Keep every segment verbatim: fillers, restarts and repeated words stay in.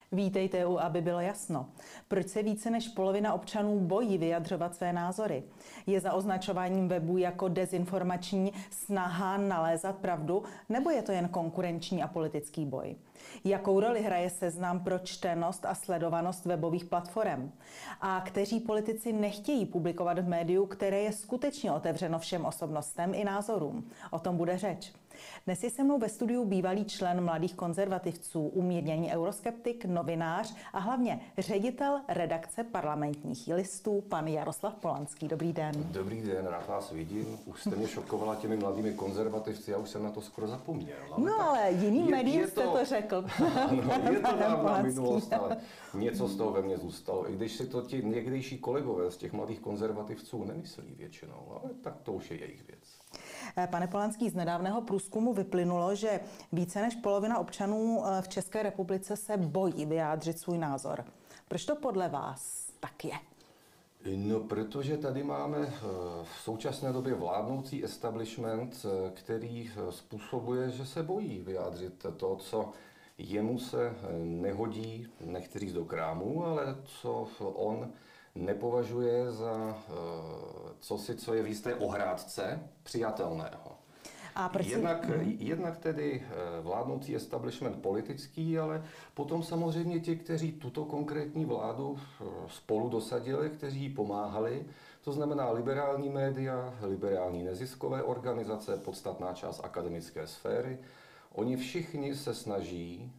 Vítejte u Aby bylo jasno. Proč se více než polovina občanů bojí vyjadřovat své názory? Je za označováním webu jako dezinformační snaha nalézat pravdu, nebo je to jen konkurenční a politický boj? Jakou roli hraje seznam pro čtenost a sledovanost webových platform? A kteří politici nechtějí publikovat v médiu, které je skutečně otevřeno všem osobnostem i názorům? O tom bude řeč. Dnes je se mnou ve studiu bývalý člen Mladých konzervativců, umírněný euroskeptik, novinář a hlavně ředitel redakce Parlamentních listů, pan Jaroslav Polanský. Dobrý den. Dobrý den, rád vás vidím. Už jste mě šokovala těmi Mladými konzervativci, já už jsem na to skoro zapomněl. Ale no ale jiným médiím jste to řekl. Ano, je to dávná minulost, ale něco z toho ve mně zůstalo. I když si to ti někdejší kolegové z těch Mladých konzervativců nemyslí většinou, ale tak to už je jejich věc. Pane Polanský, z nedávného průzkumu vyplynulo, že více než polovina občanů v České republice se bojí vyjádřit svůj názor. Proč to podle vás tak je? No, protože tady máme v současné době vládnoucí establishment, který způsobuje, že se bojí vyjádřit to, co jemu se nehodí, nechci říct do krámu, ale co on nepovažuje za cosi, co je v jisté ohrádce přijatelného. A proč jednak, jednak tedy vládnoucí establishment politický, ale potom samozřejmě ti, kteří tuto konkrétní vládu spolu dosadili, kteří jí pomáhali, to znamená liberální média, liberální neziskové organizace, podstatná část akademické sféry, oni všichni se snaží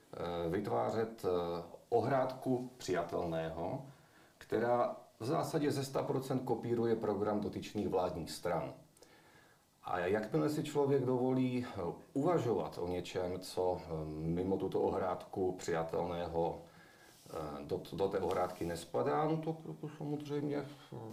vytvářet ohrádku přijatelného, která v zásadě ze sto procent kopíruje program dotyčných vládních stran. A jakmile si člověk dovolí uvažovat o něčem, co mimo tuto ohrádku přijatelného do, do té ohrádky nespadá, no to samozřejmě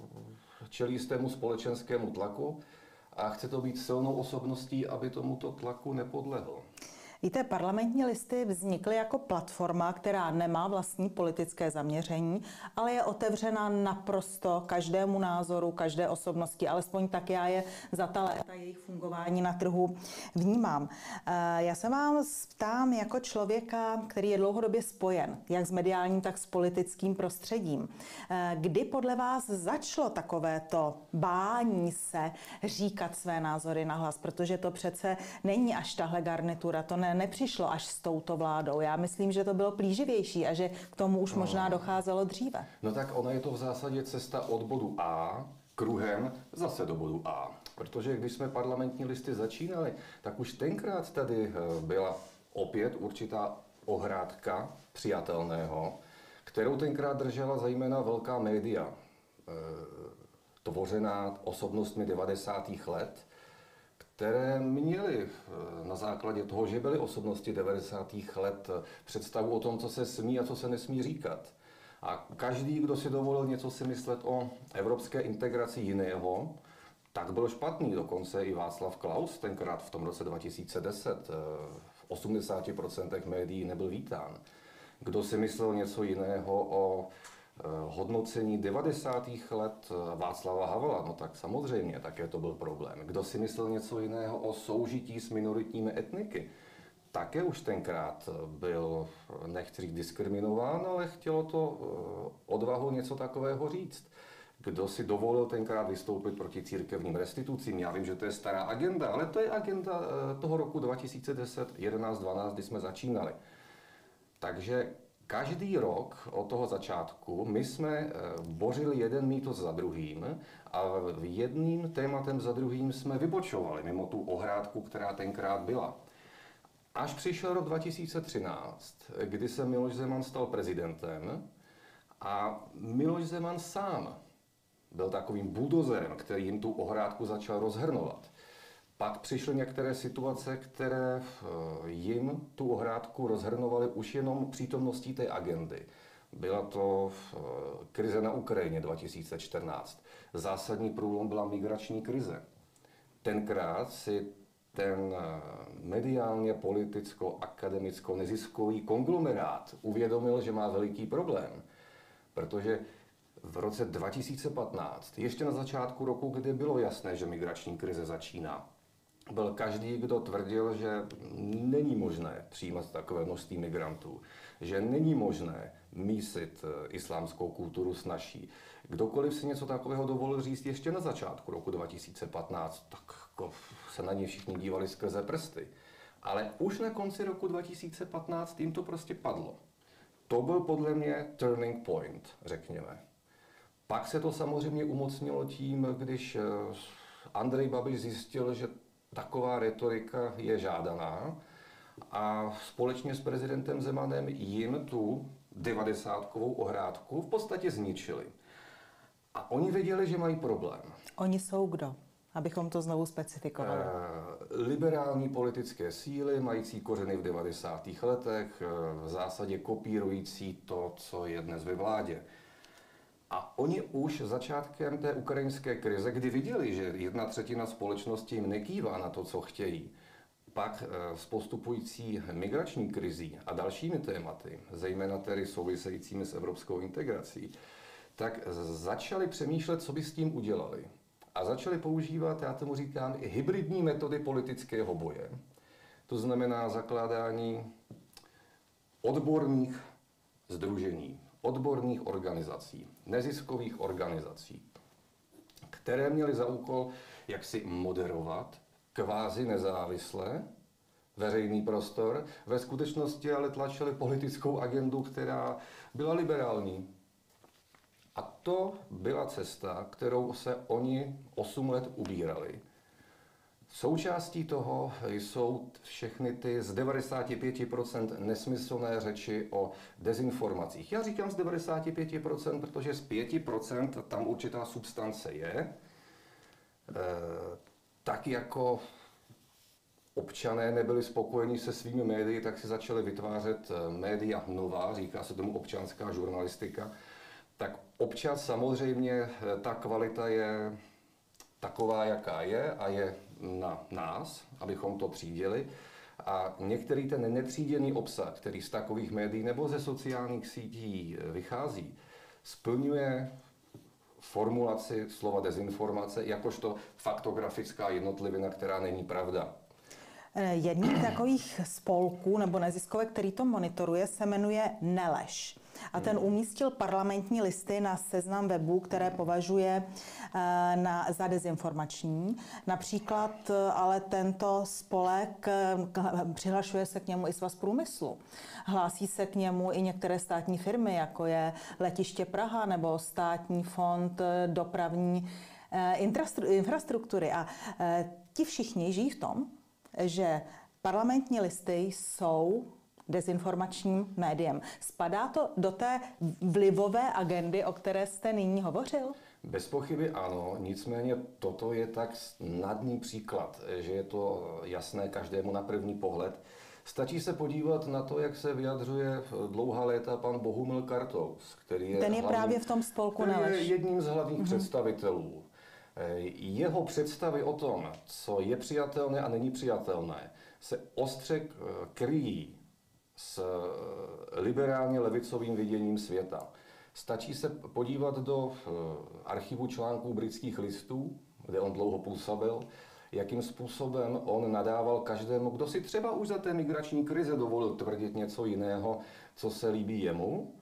čelí jistému společenskému tlaku a chce to být silnou osobností, aby tomuto tlaku nepodlehl. Víte, Parlamentní listy vznikly jako platforma, která nemá vlastní politické zaměření, ale je otevřena naprosto každému názoru, každé osobnosti, alespoň tak já je za ta léta jejich fungování na trhu vnímám. Já se vám ptám jako člověka, který je dlouhodobě spojen, jak s mediálním, tak s politickým prostředím. Kdy podle vás začalo takovéto bání se říkat své názory nahlas, protože to přece není až tahle garnitura, to ne nepřišlo až s touto vládou. Já myslím, že to bylo plíživější a že k tomu už možná docházelo dříve. No tak ona je to v zásadě cesta od bodu A kruhem zase do bodu A. Protože když jsme Parlamentní listy začínali, tak už tenkrát tady byla opět určitá ohrádka přijatelného, kterou tenkrát držela zejména velká média, tvořená osobnostmi devadesátých let, které měly na základě toho, že byly osobnosti devadesátých let představu o tom, co se smí a co se nesmí říkat. A každý, kdo si dovolil něco si myslet o evropské integraci jiného, tak byl špatný. Dokonce i Václav Klaus tenkrát v tom roce dva tisíce deset v osmdesáti procentech médií nebyl vítán. Kdo si myslel něco jiného o hodnocení devadesátých let Václava Havla, no tak samozřejmě, také to byl problém. Kdo si myslel něco jiného o soužití s minoritními etniky, také už tenkrát byl, nechci říct diskriminován, ale chtělo to odvahu něco takového říct. Kdo si dovolil tenkrát vystoupit proti církevním restitucím, já vím, že to je stará agenda, ale to je agenda toho roku dva tisíce deset, jedenáct, dvanáct, kdy jsme začínali. Takže každý rok od toho začátku my jsme bořili jeden mýtus za druhým a jedním tématem za druhým jsme vybočovali mimo tu ohrádku, která tenkrát byla. Až přišel rok dva tisíce třináct, kdy se Miloš Zeman stal prezidentem a Miloš Zeman sám byl takovým buldozerem, který jim tu ohrádku začal rozhrnovat. Pak přišly některé situace, které jim tu ohrádku rozhrnovaly už jenom přítomností té agendy. Byla to krize na Ukrajině dva tisíce čtrnáct. Zásadní průlom byla migrační krize. Tenkrát si ten mediálně politicko-akademicko-neziskový konglomerát uvědomil, že má veliký problém, protože v roce dva tisíce patnáct, ještě na začátku roku, kdy bylo jasné, že migrační krize začíná, byl každý, kdo tvrdil, že není možné přijímat takové množství migrantů, že není možné mísit islámskou kulturu s naší. Kdokoliv si něco takového dovolil říct ještě na začátku roku dva tisíce patnáct, tak jako se na ně všichni dívali skrze prsty. Ale už na konci roku dva tisíce patnáct jim to prostě padlo. To byl podle mě turning point, řekněme. Pak se to samozřejmě umocnilo tím, když Andrej Babiš zjistil, že taková retorika je žádaná a společně s prezidentem Zemanem jim tu devadesátkovou ohrádku v podstatě zničili. A oni věděli, že mají problém. Oni jsou kdo? Abychom to znovu specifikovali. E, liberální politické síly, mající kořeny v devadesátých letech, v zásadě kopírující to, co je dnes ve vládě. A oni už začátkem té ukrajinské krize, kdy viděli, že jedna třetina společnosti jim nekývá na to, co chtějí, pak s postupující migrační krizí a dalšími tématy, zejména tedy souvisejícími s evropskou integrací, tak začali přemýšlet, co by s tím udělali. A začali používat, já tomu říkám, i hybridní metody politického boje. To znamená zakládání odborných sdružení, odborných organizací, neziskových organizací, které měly za úkol jaksi moderovat kvázi nezávisle veřejný prostor, ve skutečnosti ale tlačili politickou agendu, která byla liberální. A to byla cesta, kterou se oni osm let ubírali. Součástí toho jsou všechny ty z devadesát pět procent nesmyslné řeči o dezinformacích. Já říkám z devadesát pět procent, protože z pět procent tam určitá substance je. E, tak jako občané nebyli spokojeni se svými médii, tak si začali vytvářet média nová, říká se tomu občanská žurnalistika. Tak občas samozřejmě ta kvalita je taková, jaká je a je na nás, abychom to třídili. A některý ten netříděný obsah, který z takových médií nebo ze sociálních sítí vychází, splňuje formulaci slova dezinformace jakožto faktografická jednotlivina, která není pravda. Jedním z takových spolků nebo neziskovek, který to monitoruje, se jmenuje Nelež. A ten umístil Parlamentní listy na seznam webů, které považuje na, za dezinformační. Například ale tento spolek přihlašuje se k němu i Svaz průmyslu. Hlásí se k němu i některé státní firmy, jako je Letiště Praha nebo Státní fond dopravní infrastruktury. A ti všichni žijí v tom, že Parlamentní listy jsou dezinformačním médiem. Spadá to do té vlivové agendy, o které jste nyní hovořil? Bez pochyby ano, nicméně toto je tak snadný příklad, že je to jasné každému na první pohled. Stačí se podívat na to, jak se vyjadřuje dlouhá léta pan Bohumil Kartous, který je, Ten je hlavní, právě v tom spolku který Nelež. je jedním z hlavních mm-hmm. představitelů. Jeho představy o tom, co je přijatelné a není přijatelné, se ostře kryjí s liberálně levicovým viděním světa. Stačí se podívat do archivu článků Britských listů, kde on dlouho působil, jakým způsobem on nadával každému, kdo si třeba už za té migrační krize dovolil tvrdit něco jiného, co se líbí jemu.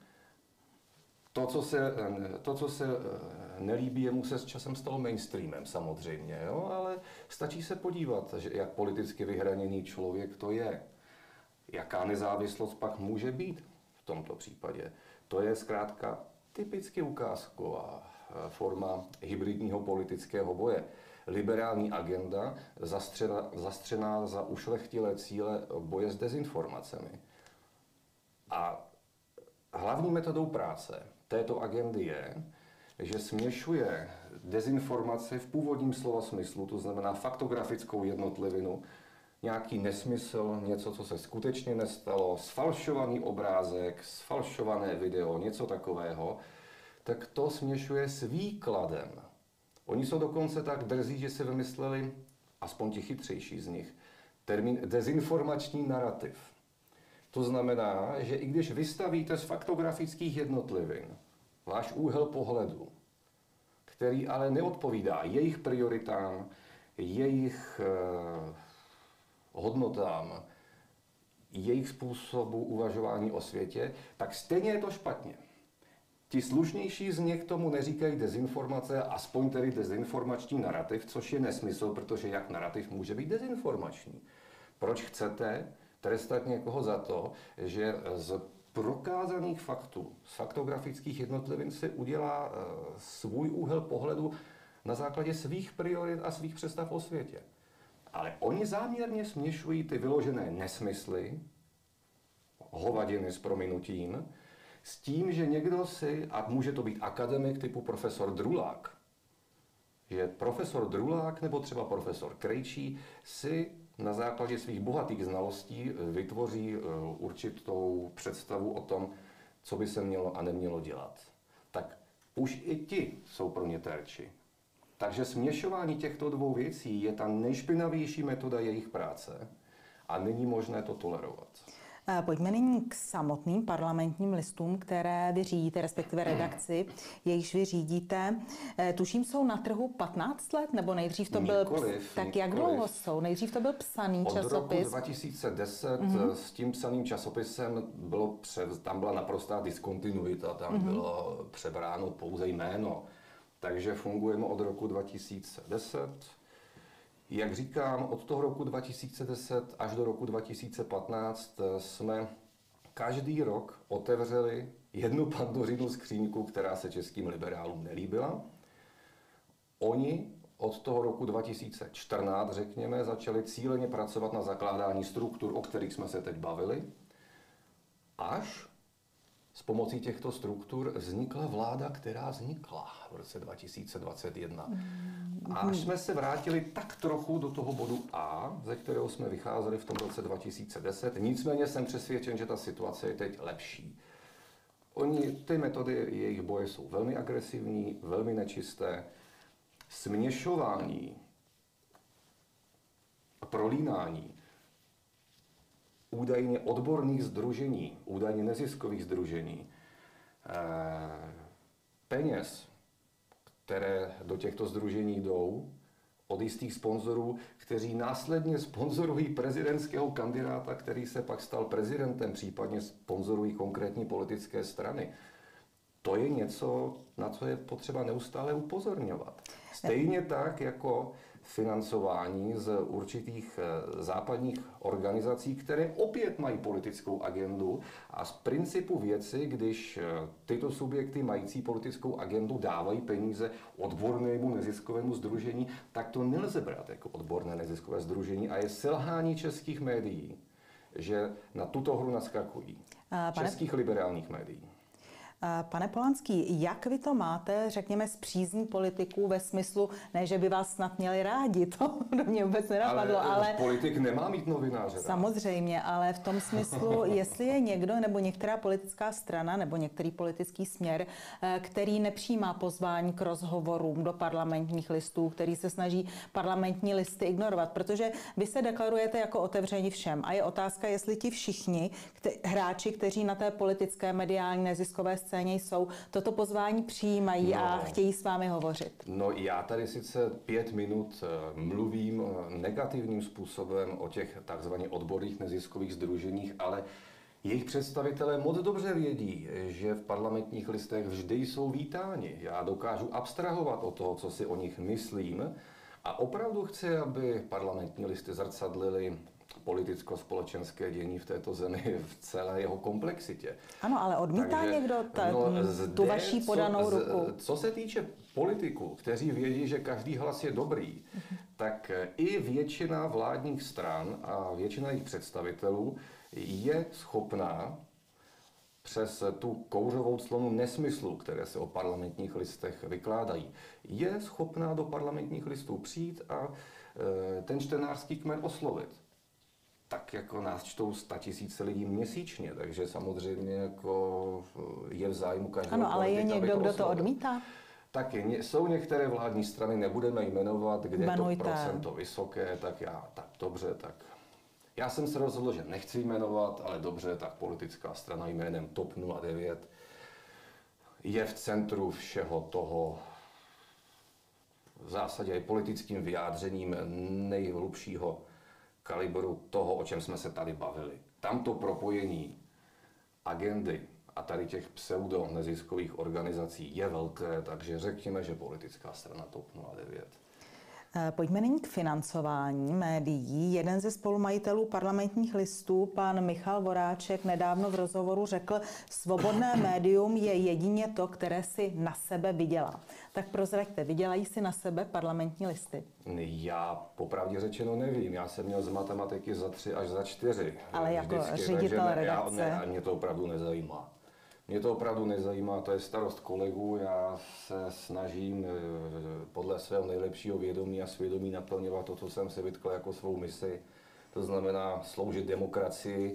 To, co se, to, co se nelíbí jemu, se s časem stalo mainstreamem samozřejmě, jo? Ale stačí se podívat, že jak politicky vyhraněný člověk to je. Jaká nezávislost pak může být v tomto případě. To je zkrátka typicky ukázková forma hybridního politického boje. Liberální agenda zastřená, zastřená za ušlechtilé cíle boje s dezinformacemi. A hlavní metodou práce této agendy je, že směšuje dezinformace v původním slova smyslu, to znamená faktografickou jednotlivinu, nějaký nesmysl, něco, co se skutečně nestalo, sfalšovaný obrázek, sfalšované video, něco takového, tak to směšuje s výkladem. Oni jsou dokonce tak drzí, že si vymysleli, aspoň ti chytřejší z nich, termín dezinformační narrativ. To znamená, že i když vystavíte z faktografických jednotlivin váš úhel pohledu, který ale neodpovídá jejich prioritám, jejich eh, hodnotám, jejich způsobu uvažování o světě, tak stejně je to špatně. Ti slušnější z nich tomu neříkají dezinformace, aspoň tedy dezinformační narrativ, což je nesmysl, protože jak narrativ může být dezinformační? Proč chcete trestat někoho za to, že z prokázaných faktů, z faktografických jednotlivin si udělá svůj úhel pohledu na základě svých priorit a svých představ o světě? Ale oni záměrně směšují ty vyložené nesmysly, hovadiny s prominutím, s tím, že někdo si, a může to být akademik typu profesor Drulák, že profesor Drulák nebo třeba profesor Krejčí si na základě svých bohatých znalostí vytvoří určitou představu o tom, co by se mělo a nemělo dělat. Tak už i ti jsou pro ně terči. Takže směšování těchto dvou věcí je ta nejšpinavější metoda jejich práce a není možné to tolerovat. Pojďme nyní k samotným parlamentním listům, které vy řídíte, respektive redakci, jejichž vy řídíte. Tuším, jsou na trhu patnáct let, nebo nejdřív to byl... Nikoliv, tak nikoliv. Jak dlouho jsou? Nejdřív to byl psaný Od časopis. Od roku dva tisíce deset mm-hmm. s tím psaným časopisem bylo přev, tam byla naprostá diskontinuita, tam mm-hmm. bylo přebráno pouze jméno. Takže fungujeme od roku dva tisíce deset. Jak říkám, od toho roku dva tisíce deset až do roku dva tisíce patnáct jsme každý rok otevřeli jednu Pandořinu skříňku, která se českým liberálům nelíbila. Oni od toho roku dva tisíce čtrnáct, řekněme, začali cíleně pracovat na zakládání struktur, o kterých jsme se teď bavili, až s pomocí těchto struktur vznikla vláda, která vznikla v roce dva tisíce dvacet jedna. A až jsme se vrátili tak trochu do toho bodu A, ze kterého jsme vycházeli v tom roce dva tisíce deset, nicméně jsem přesvědčen, že ta situace je teď lepší. Oni, ty metody jejich boje jsou velmi agresivní, velmi nečisté. Směšování a prolínání údajně odborných sdružení, údajně neziskových sdružení, peněz, které do těchto sdružení jdou, od jistých sponzorů, kteří následně sponzorují prezidentského kandidáta, který se pak stal prezidentem, případně sponzorují konkrétní politické strany. To je něco, na co je potřeba neustále upozorňovat. Stejně tak jako financování z určitých západních organizací, které opět mají politickou agendu a z principu věci, když tyto subjekty mající politickou agendu dávají peníze odbornému neziskovému sdružení, tak to nelze brát jako odborné neziskové sdružení a je selhání českých médií, že na tuto hru naskakují. Pane... Českých liberálních médií. Pane Polanský, jak vy to máte, řekněme, s přízní politiků ve smyslu, ne, že by vás snad měli rádi, to do mě vůbec nenapadlo, ale... ale politik nemá mít novináře rád. Samozřejmě, ale v tom smyslu, jestli je někdo nebo některá politická strana nebo některý politický směr, který nepřijímá pozvání k rozhovorům do parlamentních listů, který se snaží parlamentní listy ignorovat, protože vy se deklarujete jako otevření všem a je otázka, jestli ti všichni kte- hráči, kteří na té politické, mediální, neziskové scéně jsou, toto pozvání přijímají no, a chtějí s vámi hovořit. No já tady sice pět minut mluvím negativním způsobem o těch takzvaně odborných neziskových sdruženích, ale jejich představitelé moc dobře vědí, že v parlamentních listech vždy jsou vítáni. Já dokážu abstrahovat od toho, co si o nich myslím a opravdu chci, aby parlamentní listy zrcadlily politicko-společenské dění v této zemi v celé jeho komplexitě. Ano, ale odmítá Takže, někdo ta, no, zde, tu vaší podanou co, ruku? Co se týče politiků, kteří vědí, že každý hlas je dobrý, uh-huh. tak i většina vládních stran a většina jejich představitelů je schopná přes tu kouřovou clonu nesmyslů, které se o parlamentních listech vykládají, je schopná do parlamentních listů přijít a e, ten čtenářský kmen oslovit. Tak jako nás čtou statisíce lidí měsíčně, takže samozřejmě jako je v zájmu každého. Ano, ale je někdo, kdo to odmítá? Taky jsou některé vládní strany, nebudeme jmenovat, kde je to procento vysoké, tak já, tak dobře, tak já jsem se rozhodl, že nechci jmenovat, ale dobře, tak politická strana jménem T O P nula devět je v centru všeho toho v zásadě i politickým vyjádřením nejhlubšího kalibru toho, o čem jsme se tady bavili. Tamto propojení agendy a tady těch pseudo-neziskových organizací je velké, takže řekněme, že politická strana TOP nula devět. Pojďme nyní k financování médií. Jeden ze spolumajitelů Parlamentních listů, pan Michal Voráček, nedávno v rozhovoru řekl, svobodné médium je jedině to, které si na sebe vydělá. Tak prozraďte, vydělají si na sebe Parlamentní listy? Já popravdě řečeno nevím. Já jsem měl z matematiky za tři až za čtyři. Ale jako vždycky, ředitel ne, redakce? Já, ne, mě to opravdu nezajímá. Mě to opravdu nezajímá, to je starost kolegů. Já se snažím podle svého nejlepšího vědomí a svědomí naplňovat to, co jsem si vytkl jako svou misi. To znamená sloužit demokracii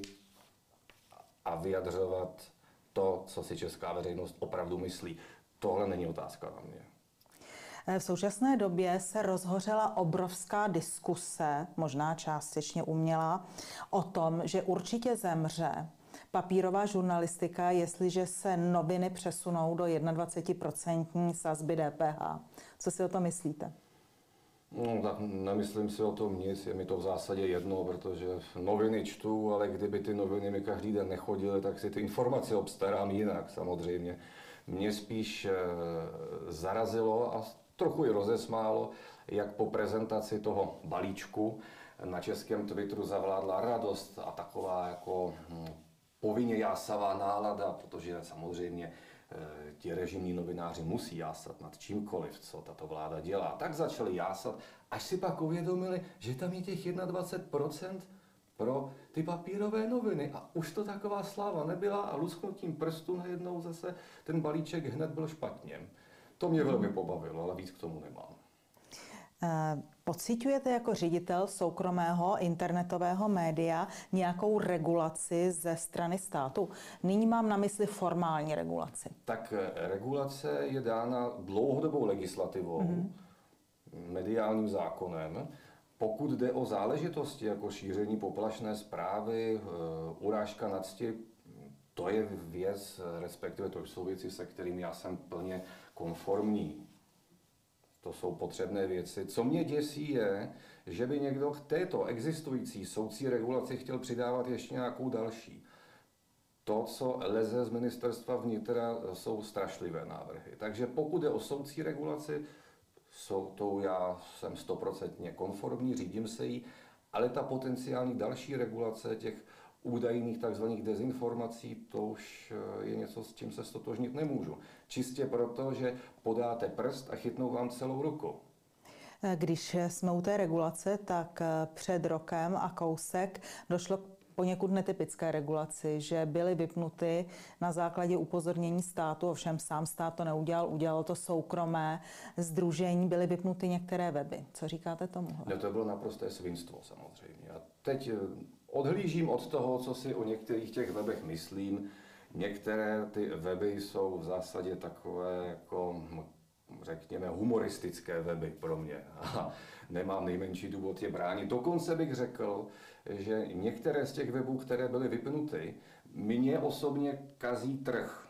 a vyjadřovat to, co si česká veřejnost opravdu myslí. Tohle není otázka na mě. V současné době se rozhořela obrovská diskuse, možná částečně umělá, o tom, že určitě zemře papírová žurnalistika, jestliže se noviny přesunou do dvacet jedna procent sazby D P H. Co si o to myslíte? No, tak nemyslím si o tom nic, je mi to v zásadě jedno, protože noviny čtu, ale kdyby ty noviny mi každý den nechodily, tak si ty informace obstarám jinak samozřejmě. Mě spíš zarazilo a trochu i rozesmálo, jak po prezentaci toho balíčku na českém Twitteru zavládla radost a taková jako povinně jásavá nálada, protože samozřejmě ti režimní novináři musí jásat nad čímkoliv, co tato vláda dělá. Tak začali jásat, až si pak uvědomili, že tam je těch dvacet jedna procent pro ty papírové noviny. A už to taková sláva nebyla a lusknutím prstu najednou zase ten balíček hned byl špatně. To mě velmi pobavilo, ale víc k tomu nemám. Pociťujete jako ředitel soukromého internetového média nějakou regulaci ze strany státu? Nyní mám na mysli formální regulaci. Tak regulace je dána dlouhodobou legislativou, mm-hmm. mediálním zákonem. Pokud jde o záležitosti jako šíření poplašné zprávy, urážka na cti, to je věc, respektive to jsou věci, se kterými já jsem plně konformní. To jsou potřebné věci. Co mě děsí je, že by někdo k této existující soudcí regulaci chtěl přidávat ještě nějakou další. To, co leze z ministerstva vnitra, jsou strašlivé návrhy. Takže pokud je o soudcí regulaci, jsou to já jsem stoprocentně konformní, řídím se jí, ale ta potenciální další regulace těch údajných takzvaných dezinformací, to už je něco, s čím se stotožnit nemůžu. Čistě proto, že podáte prst a chytnou vám celou ruku. Když jsme u té regulace, tak před rokem a kousek došlo k poněkud netypické regulaci, že byly vypnuty na základě upozornění státu, ovšem sám stát to neudělal, udělalo to soukromé sdružení, byly vypnuty některé weby. Co říkáte tomu? No, to bylo naprosté svinstvo samozřejmě. A teď odhlížím od toho, co si o některých těch webech myslím. Některé ty weby jsou v zásadě takové jako, řekněme, humoristické weby pro mě. A nemám nejmenší důvod je bránit. Dokonce bych řekl, že některé z těch webů, které byly vypnuty, mě osobně kazí trh,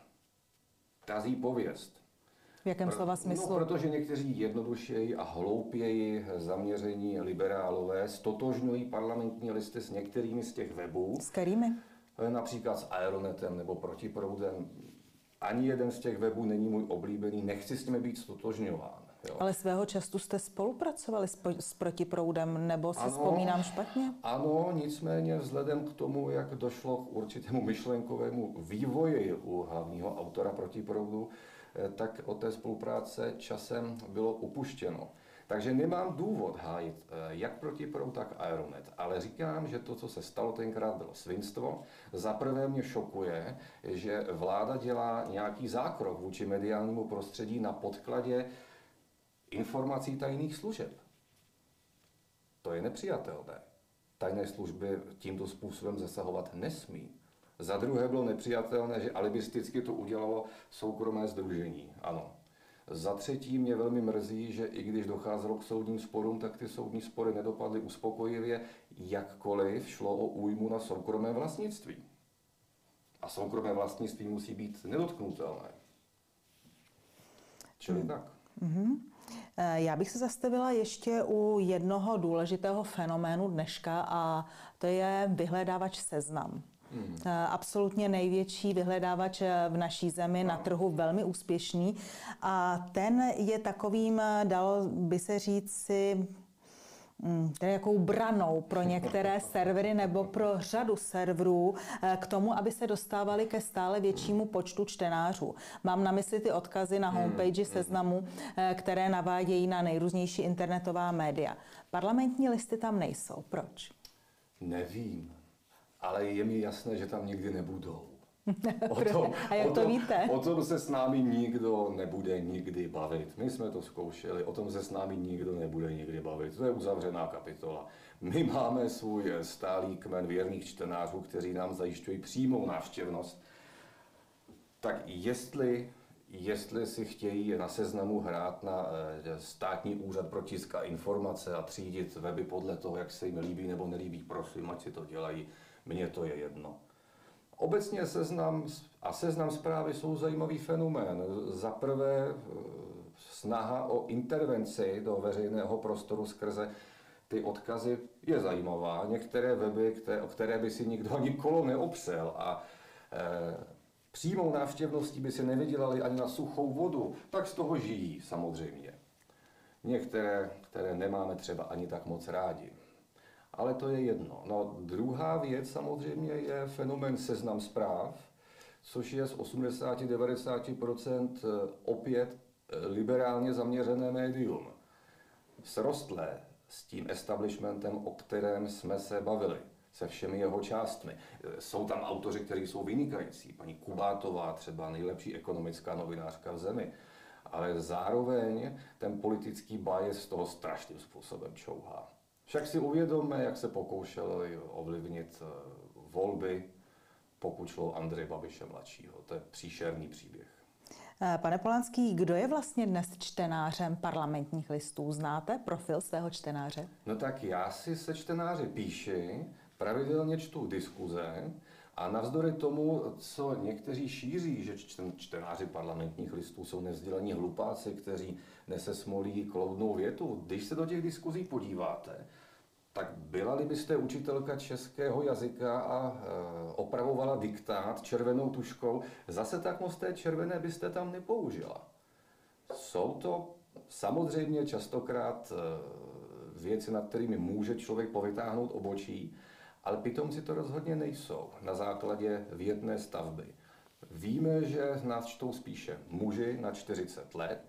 kazí pověst. V jakém slova smyslu? No, protože někteří jednodušeji a hloupěji zaměření liberálové stotožňují Parlamentní listy s některými z těch webů. S kterými? Například s Aeronetem nebo Protiproudem. Ani jeden z těch webů není můj oblíbený, nechci s nimi být stotožňován. Jo. Ale svého času jste spolupracovali s, s Protiproudem, nebo si ano, vzpomínám špatně? Ano, nicméně vzhledem k tomu, jak došlo k určitému myšlenkovému vývoji u hlavního autora Protiproudu, tak od té spolupráce časem bylo upuštěno. Takže nemám důvod hájit jak Protiproud, tak Aeronet, ale říkám, že to, co se stalo tenkrát, bylo svinstvo. Za prvé mě šokuje, že vláda dělá nějaký zákrok vůči mediálnímu prostředí na podkladě informací tajných služeb. To je nepřijatelné. Tajné služby tímto způsobem zasahovat nesmí. Za druhé bylo nepřijatelné, že alibisticky to udělalo soukromé sdružení. Ano. Za třetí mě velmi mrzí, že i když docházelo k soudním sporům, tak ty soudní spory nedopadly uspokojivě, jakkoliv šlo o újmu na soukromé vlastnictví. A soukromé vlastnictví musí být nedotknutelné. Čili mm. tak. Mm-hmm. Já bych se zastavila ještě u jednoho důležitého fenoménu dneška a to je vyhledávač Seznam. Hmm. Absolutně největší vyhledávač v naší zemi, na trhu velmi úspěšný a ten je takovým, dalo by se říci, tedy jakou branou pro některé servery nebo pro řadu serverů k tomu, aby se dostávali ke stále většímu počtu čtenářů. Mám na mysli ty odkazy na homepage Seznamu, které navádějí na nejrůznější internetová média. Parlamentní listy tam nejsou. Proč? Nevím, ale je mi jasné, že tam nikdy nebudou. O tom, A jak o to tom, víte? O tom se s námi nikdo nebude nikdy bavit. My jsme to zkoušeli, o tom se s námi nikdo nebude nikdy bavit. To je uzavřená kapitola. My máme svůj stálý kmen věrných čtenářů, kteří nám zajišťují přímou návštěvnost. Tak jestli, jestli si chtějí na Seznamu hrát na státní úřad pro tisk a informace a třídit weby podle toho, jak se jim líbí nebo nelíbí, prosím, ať si to dělají, mně to je jedno. Obecně Seznam a Seznam Zprávy jsou zajímavý fenomén. Za prvé snaha o intervenci do veřejného prostoru skrze ty odkazy je zajímavá. Některé weby, které, o které by si nikdo ani kolo neopřel a e, přímou návštěvností by si nevydělali ani na suchou vodu, tak z toho žijí samozřejmě. Některé, které nemáme třeba ani tak moc rádi. Ale to je jedno. No, druhá věc samozřejmě je fenomén Seznam Zpráv, což je z osmdesát až devadesát procent opět liberálně zaměřené médium. Srostlé s tím establishmentem, o kterém jsme se bavili, se všemi jeho částmi. Jsou tam autoři, kteří jsou vynikající. Paní Kubátová, třeba nejlepší ekonomická novinářka v zemi. Ale zároveň ten politický bias z toho strašným způsobem čouhá. Však si uvědomme, jak se pokoušeli ovlivnit volby, pokud šlo Andreje Babiše mladšího. To je příšerný příběh. Pane Polanský, kdo je vlastně dnes čtenářem Parlamentních listů? Znáte profil svého čtenáře? No tak já si se čtenáři píši, pravidelně čtu diskuze a navzdory tomu, co někteří šíří, že čtenáři Parlamentních listů jsou nevzdělaní hlupáci, kteří nesesmolí kloudnou větu. Když se do těch diskuzí podíváte, tak byla-li byste učitelka českého jazyka a e, opravovala diktát červenou tuškou, zase tak moc té červené byste tam nepoužila. Jsou to samozřejmě častokrát e, věci, nad kterými může člověk povytáhnout obočí, ale pitomci to rozhodně nejsou na základě větné stavby. Víme, že nás čtou spíše muži na čtyřicet let.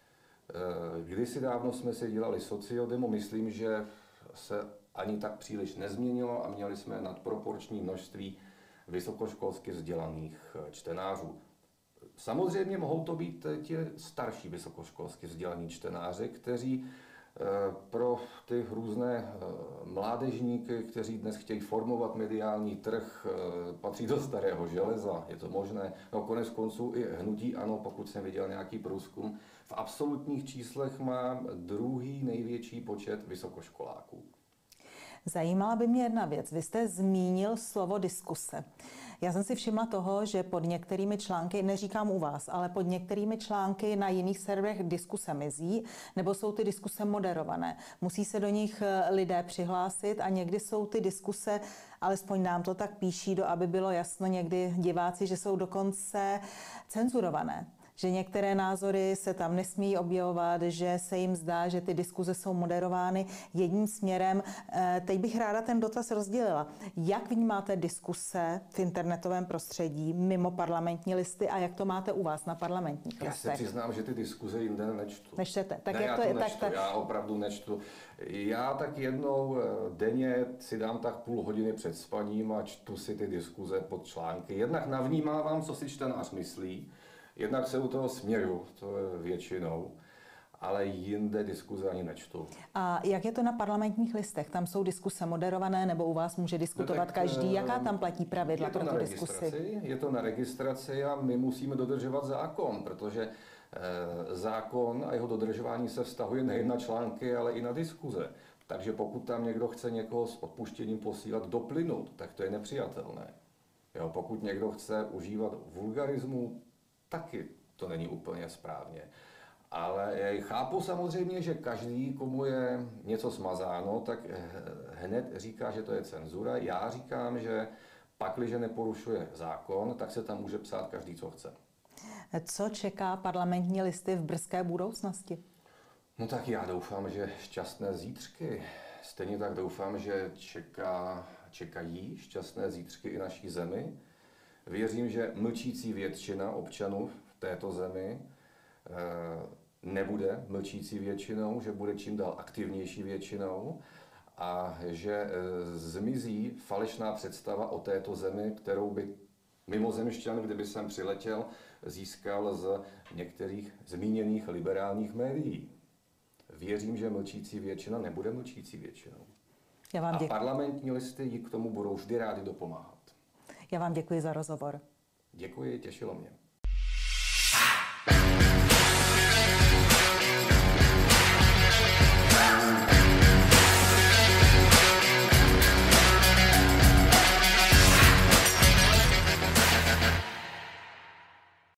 Kdysi dávno jsme si dělali sociodemo, myslím, že se ani tak příliš nezměnilo a měli jsme nadproporční množství vysokoškolsky vzdělaných čtenářů. Samozřejmě mohou to být ti starší vysokoškolsky vzdělaní čtenáři, kteří pro ty různé mládežníky, kteří dnes chtějí formovat mediální trh, patří do starého železa, je to možné. No konec konců i hnutí ANO, pokud jsem viděl nějaký průzkum, v absolutních číslech má druhý největší počet vysokoškoláků. Zajímala by mě jedna věc. Vy jste zmínil slovo diskuse. Já jsem si všimla toho, že pod některými články, neříkám u vás, ale pod některými články na jiných serverech diskuse mizí, nebo jsou ty diskuse moderované. Musí se do nich lidé přihlásit a někdy jsou ty diskuse, alespoň nám to tak píší, do aby bylo jasno někdy diváci, že jsou dokonce cenzurované. Že některé názory se tam nesmí objevovat, že se jim zdá, že ty diskuze jsou moderovány jedním směrem. Teď bych ráda ten dotaz rozdělila. Jak vnímáte diskuse v internetovém prostředí mimo Parlamentní listy a jak to máte u vás na Parlamentních Já listech? se přiznám, že ty diskuze jinde nečtu. Nečtete. Tak ne, jak já to to je? nečtu, Tak, tak... já opravdu nečtu. Já tak jednou denně si dám tak půl hodiny před spaním a čtu si ty diskuze pod články. Jednak navnímávám, co si čtenář myslí, jednak se u toho směju, to je většinou, ale jinde diskuze ani nečtu. A jak je to na Parlamentních listech? Tam jsou diskuse moderované, nebo u vás může diskutovat no tak, každý? Jaká tam platí pravidla pro tu diskusi? Je to na registraci a my musíme dodržovat zákon, protože e, zákon a jeho dodržování se vztahuje nejen na články, ale i na diskuze. Takže pokud tam někdo chce někoho s odpuštěním posílat do plynu, tak to je nepřijatelné. Jo, pokud někdo chce užívat vulgarismu, taky to není úplně správně. Ale chápu samozřejmě, že každý, komu je něco smazáno, tak hned říká, že to je cenzura. Já říkám, že pakliže neporušuje zákon, tak se tam může psát každý, co chce. Co čeká Parlamentní listy v brzké budoucnosti? No tak já doufám, že šťastné zítřky. Stejně tak doufám, že čeká, čekají šťastné zítřky i naší zemi. Věřím, že mlčící většina občanů v této zemi nebude mlčící většinou, že bude čím dál aktivnější většinou a že zmizí falešná představa o této zemi, kterou by mimozemšťan, kdyby sem přiletěl, získal z některých zmíněných liberálních médií. Věřím, že mlčící většina nebude mlčící většinou. Já vám děkuji. A Parlamentní listy jí k tomu budou vždy rádi dopomáhat. Já vám děkuji za rozhovor. Děkuji, těšilo mě.